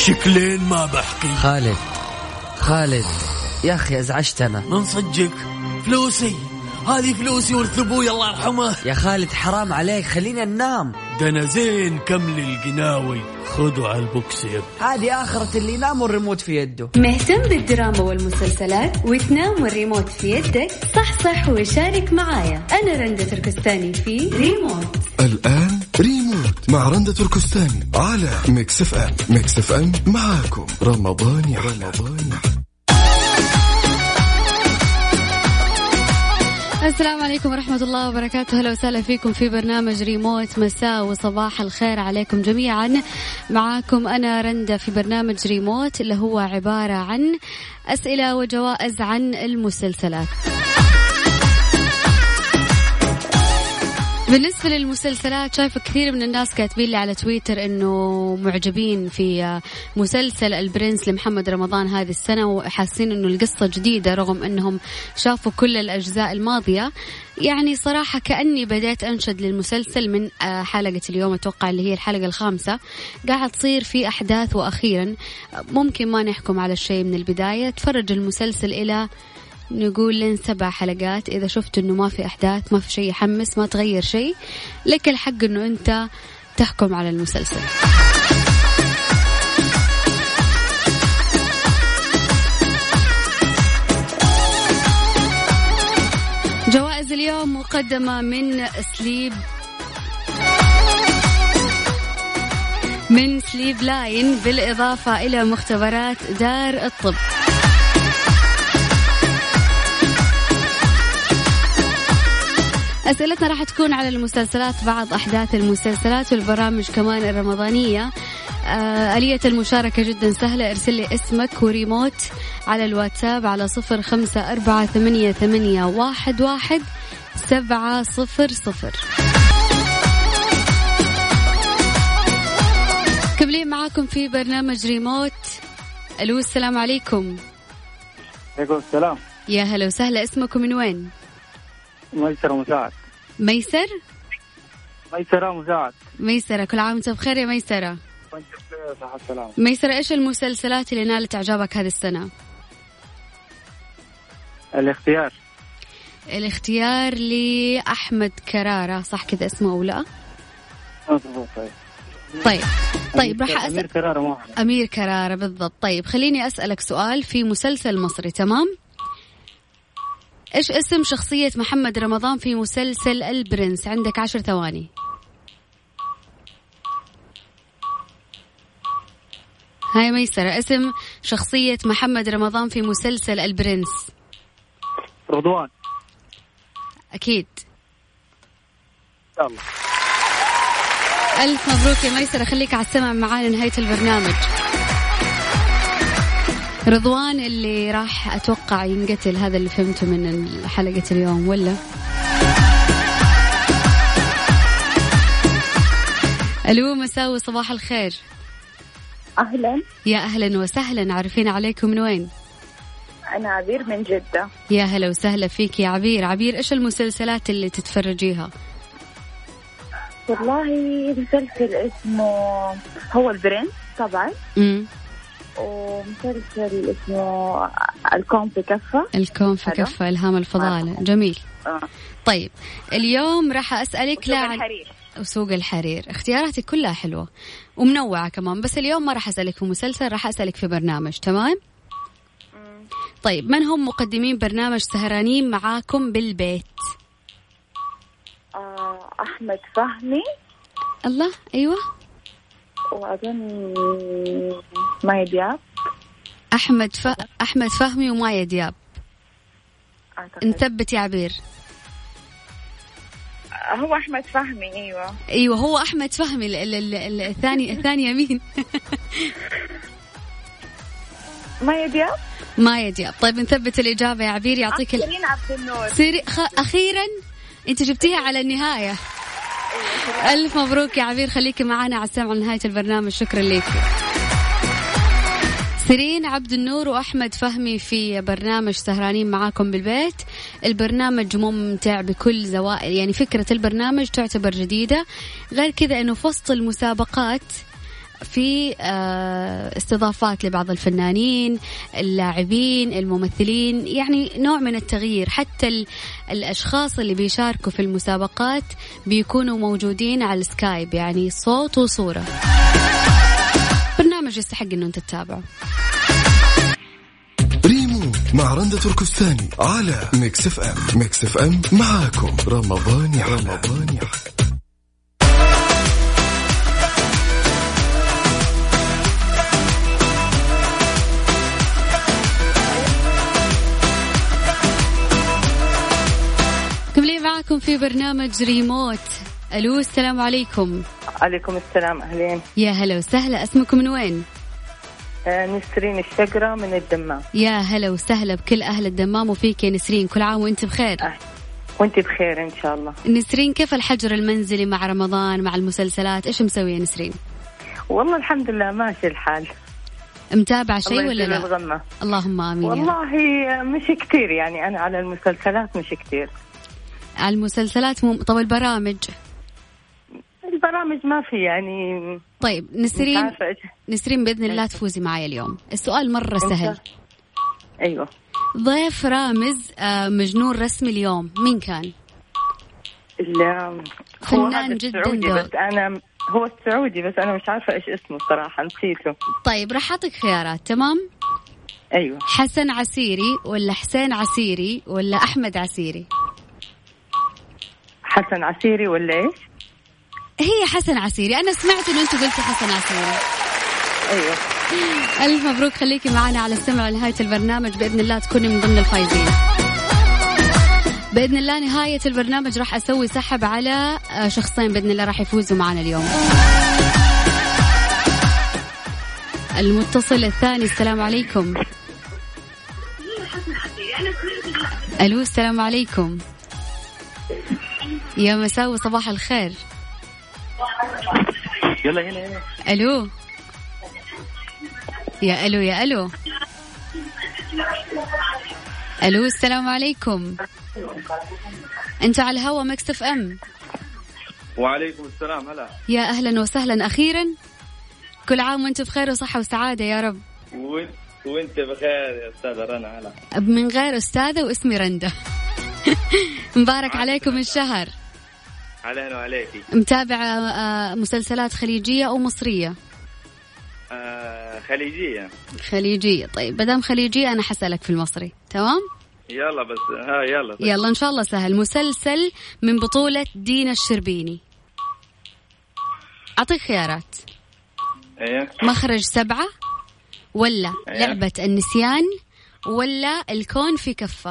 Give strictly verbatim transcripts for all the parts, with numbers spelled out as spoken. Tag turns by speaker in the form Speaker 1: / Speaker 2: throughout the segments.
Speaker 1: شكلين ما بحكي.
Speaker 2: خالد خالد يا أخي أزعجتنا.
Speaker 1: من صدقك فلوسي هذه فلوسي ورث أبوي الله يرحمه.
Speaker 2: يا خالد حرام عليك خلينا ننام.
Speaker 1: ده أنا زين كمل القناوي خذوا على البوكسير.
Speaker 2: هذه آخرة اللي ينام والريموت في يده.
Speaker 3: مهتم بالدراما والمسلسلات وتنام والريموت في يدك؟ صح صح وشارك معايا أنا رندة تركستاني في ريموت.
Speaker 4: الآن ريموت مع رندة تركستاني على ميكس اف ام. ميكس اف ام معاكم رمضان يا رمضان.
Speaker 5: السلام عليكم ورحمة الله وبركاته. هلا وسهلا فيكم في برنامج ريموت. مساء وصباح الخير عليكم جميعا. معاكم أنا رندة في برنامج ريموت اللي هو عبارة عن أسئلة وجوائز عن المسلسلات. بالنسبة للمسلسلات شايف كثير من الناس كاتبين لي على تويتر إنه معجبين في مسلسل البرنس لمحمد رمضان هذه السنة وحاسين إنه القصة جديدة رغم إنهم شافوا كل الأجزاء الماضية. يعني صراحة كأني بديت أنشد للمسلسل من حلقة اليوم أتوقع اللي هي الحلقة الخامسة. قاعد تصير في أحداث وأخيرا ممكن ما نحكم على الشيء من البداية. تفرج المسلسل إلى نقول لين سبع حلقات. إذا شفت إنه ما في أحداث ما في شيء يحمس ما تغير شيء لك الحق إنه أنت تحكم على المسلسل. جوائز اليوم مقدمة من سليب من سليب لاين بالإضافة إلى مختبرات دار الطب. أسئلتنا راح تكون على المسلسلات بعض أحداث المسلسلات والبرامج كمان الرمضانية. آه آلية المشاركة جدا سهلة. ارسل لي اسمك وريموت على الواتساب على صفر خمسة أربعة ثمانية ثمانية واحد واحد سبعة صفر صفر. كملين معاكم في برنامج ريموت. ألو السلام عليكم.
Speaker 6: عليكم السلام.
Speaker 5: يا هلا وسهلا. اسمكم من وين؟
Speaker 6: ميسرة مساعد.
Speaker 5: ميسر؟
Speaker 6: ميسرة مساعد.
Speaker 5: ميسرة كل عام وانت بخير يا ميسرة.
Speaker 6: وانت بخير صحة السلام.
Speaker 5: ميسرة ايش المسلسلات اللي نالت اعجابك هذه السنة؟
Speaker 6: الاختيار.
Speaker 5: الاختيار لأحمد كرارة صح كذا اسمه او لا؟ طيب طيب راح أسأل.
Speaker 6: أمير كرارة مو
Speaker 5: أمير كرارة بالضبط. طيب خليني أسألك سؤال في مسلسل مصري تمام؟ إيش اسم شخصية محمد رمضان في مسلسل البرنس؟ عندك عشر ثواني. هاي ميسرة اسم شخصية محمد رمضان في مسلسل البرنس.
Speaker 6: رضوان.
Speaker 5: أكيد.
Speaker 6: يلا.
Speaker 5: ألف مبروك يا ميسرة. خليك على السمع معانا نهاية البرنامج. رضوان اللي راح أتوقع ينقتل هذا اللي فهمته من حلقة اليوم ولا؟ ألو مساء وصباح الخير.
Speaker 7: أهلا.
Speaker 5: يا أهلا وسهلا. عارفين عليكم من وين؟
Speaker 7: أنا عبير من جدة.
Speaker 5: يا هلا وسهلا فيك يا عبير. عبير إيش المسلسلات اللي تتفرجيها؟
Speaker 7: والله مسلسل اسمه هو البرنس طبعا.
Speaker 5: امم
Speaker 7: ومسلسل اسمه الكون في كفة.
Speaker 5: الكون في كفة إلهام الفضالة. جميل.
Speaker 7: آه.
Speaker 5: طيب اليوم راح أسألك لا عن
Speaker 7: الحرير.
Speaker 5: وسوق الحرير. اختياراتك كلها حلوة ومنوعة كمان بس اليوم ما راح أسألك في مسلسل راح أسألك في برنامج تمام؟
Speaker 7: مم.
Speaker 5: طيب من هم مقدمين برنامج سهرانين معاكم بالبيت؟
Speaker 7: آه أحمد فهمي.
Speaker 5: الله أيوة.
Speaker 7: وأظن مايا دياب.
Speaker 5: أحمد ف... أحمد فهمي ومايا دياب. نثبت يا عبير.
Speaker 7: هو أحمد فهمي. أيوة
Speaker 5: أيوة هو أحمد فهمي. ال... ال... ال... الثاني الثانية مين؟
Speaker 7: مايا دياب.
Speaker 5: مايا دياب. طيب نثبت الإجابة يا عبير. يعطيك ال...
Speaker 7: سيرين عبد النور.
Speaker 5: سيري... خ... أخيرا أنت جبتيها على النهاية. ألف مبروك يا عبير. خليكي معانا على السمع نهاية البرنامج. شكرا لك. سيرين عبد النور وأحمد فهمي في برنامج سهرانين معاكم بالبيت. البرنامج ممتع بكل زوائد. يعني فكرة البرنامج تعتبر جديدة. غير كذا أنه في وسط المسابقات في استضافات لبعض الفنانين، اللاعبين، الممثلين، يعني نوع من التغيير. حتى الأشخاص اللي بيشاركوا في المسابقات بيكونوا موجودين على السكايب، يعني صوت وصورة. برنامج يستحق إنه أنت تتابعه.
Speaker 4: ريموت مع رندة تركستاني على ميكس اف ام. ميكس اف ام معاكم رمضان يا رمضان يا
Speaker 5: معكم في برنامج ريموت. ألو السلام عليكم.
Speaker 7: عليكم السلام، أهلين.
Speaker 5: يا هلا وسهلا، اسمكم من وين؟
Speaker 7: آه نسرين الشقرة من الدمام.
Speaker 5: يا هلا وسهلا بكل أهل الدمام، وفيك يا نسرين، كل عام وانت بخير.
Speaker 7: آه. وانت بخير إن شاء الله.
Speaker 5: نسرين، كيف الحجر المنزلي مع رمضان مع المسلسلات؟ إيش مسوية نسرين؟
Speaker 7: والله الحمد لله ماشي الحال.
Speaker 5: متابعة شيء ولا لا؟
Speaker 7: الغمة.
Speaker 5: اللهم آمين.
Speaker 7: والله مش كتير، يعني أنا على المسلسلات مش كتير.
Speaker 5: على المسلسلات مم... طب البرامج؟
Speaker 7: البرامج ما في يعني.
Speaker 5: طيب نسرين، نسرين بإذن الله تفوزي معي اليوم. السؤال مرة سهل.
Speaker 7: أيوة.
Speaker 5: ضيف رامز مجنون رسمي اليوم مين كان؟
Speaker 7: فنان جدا بس أنا هو السعودي، بس أنا مش عارفة إيش اسمه صراحة، نسيته.
Speaker 5: طيب راح أعطيك خيارات. تمام.
Speaker 7: أيوة.
Speaker 5: حسن عسيري ولا حسين عسيري ولا أحمد عسيري؟
Speaker 7: حسن عسيري ولا إيش؟
Speaker 5: هي حسن عسيري، أنا سمعت إنه أنتوا قلتوا حسن عسيري.
Speaker 7: أيوة.
Speaker 5: ألف مبروك، خليكي معنا على السمع لنهاية البرنامج، بإذن الله تكوني من ضمن الفايزين. بإذن الله نهاية البرنامج راح أسوي سحب على شخصين بإذن الله راح يفوزوا معنا اليوم. المتصل الثاني، السلام عليكم. ألو السلام عليكم. يا مساء صباح الخير.
Speaker 6: يلا هنا هنا.
Speaker 5: ألو يا ألو يا ألو ألو السلام عليكم. أنت على الهوا ميكس اف ام.
Speaker 6: وعليكم السلام. هلا
Speaker 5: يا أهلا وسهلا، أخيرا كل عام وأنت بخير وصحة وسعادة يا رب.
Speaker 6: وأنت بخير يا أستاذة رنا. هلا
Speaker 5: من غير أستاذة واسمي رندة. مبارك عليكم الشهر.
Speaker 6: علينا وعليكي.
Speaker 5: متابعة مسلسلات خليجية أو مصرية؟
Speaker 6: آه خليجية.
Speaker 5: خليجية. طيب بدام خليجية أنا حسألك في المصري. تمام؟
Speaker 6: يلا بس ها يلا طيب.
Speaker 5: يلا إن شاء الله سهل. مسلسل من بطولة دينا الشربيني. أعطيك خيارات.
Speaker 6: ايه.
Speaker 5: مخرج سبعة ولا
Speaker 6: أيه.
Speaker 5: لعبة النسيان ولا الكون في كفة؟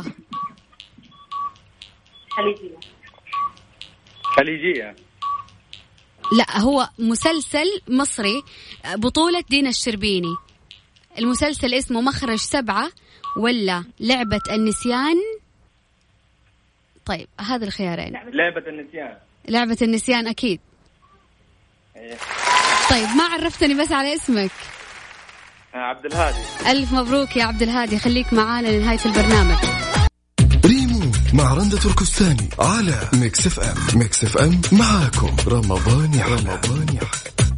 Speaker 7: خليجية.
Speaker 6: خليجية.
Speaker 5: لا هو مسلسل مصري بطولة دينا الشربيني. المسلسل اسمه مخرج سبعة ولا لعبة النسيان. طيب هذا الخيارين.
Speaker 6: لعبة النسيان.
Speaker 5: لعبة النسيان أكيد.
Speaker 6: أيه.
Speaker 5: طيب ما عرفتني بس على اسمك.
Speaker 6: عبد الهادي.
Speaker 5: ألف مبروك يا عبد الهادي، خليك معانا لنهاية البرنامج.
Speaker 4: ريموت مع رندة تركستاني على ميكس اف ام. ميكس اف ام معاكم رمضان يا رمضان يا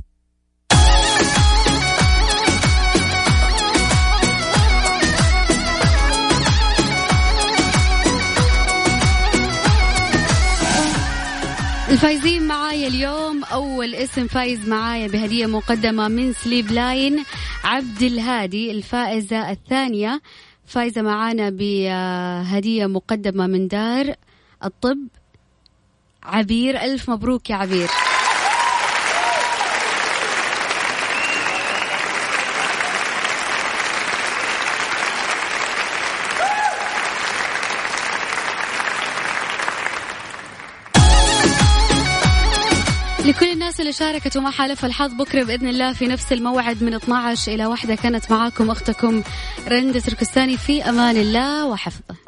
Speaker 5: الفايزين معايا اليوم. أول اسم فايز معايا بهدية مقدمة من سليب لاين عبد الهادي. الفائزة الثانية فايزة معانا بهدية مقدمة من دار الطب عبير. ألف مبروك يا عبير. لكل الناس اللي شاركت وما حالف الحظ، بكرة بإذن الله في نفس الموعد من اثني عشر إلى واحدة كانت معاكم أختكم رندة تركستاني. في أمان الله وحفظه.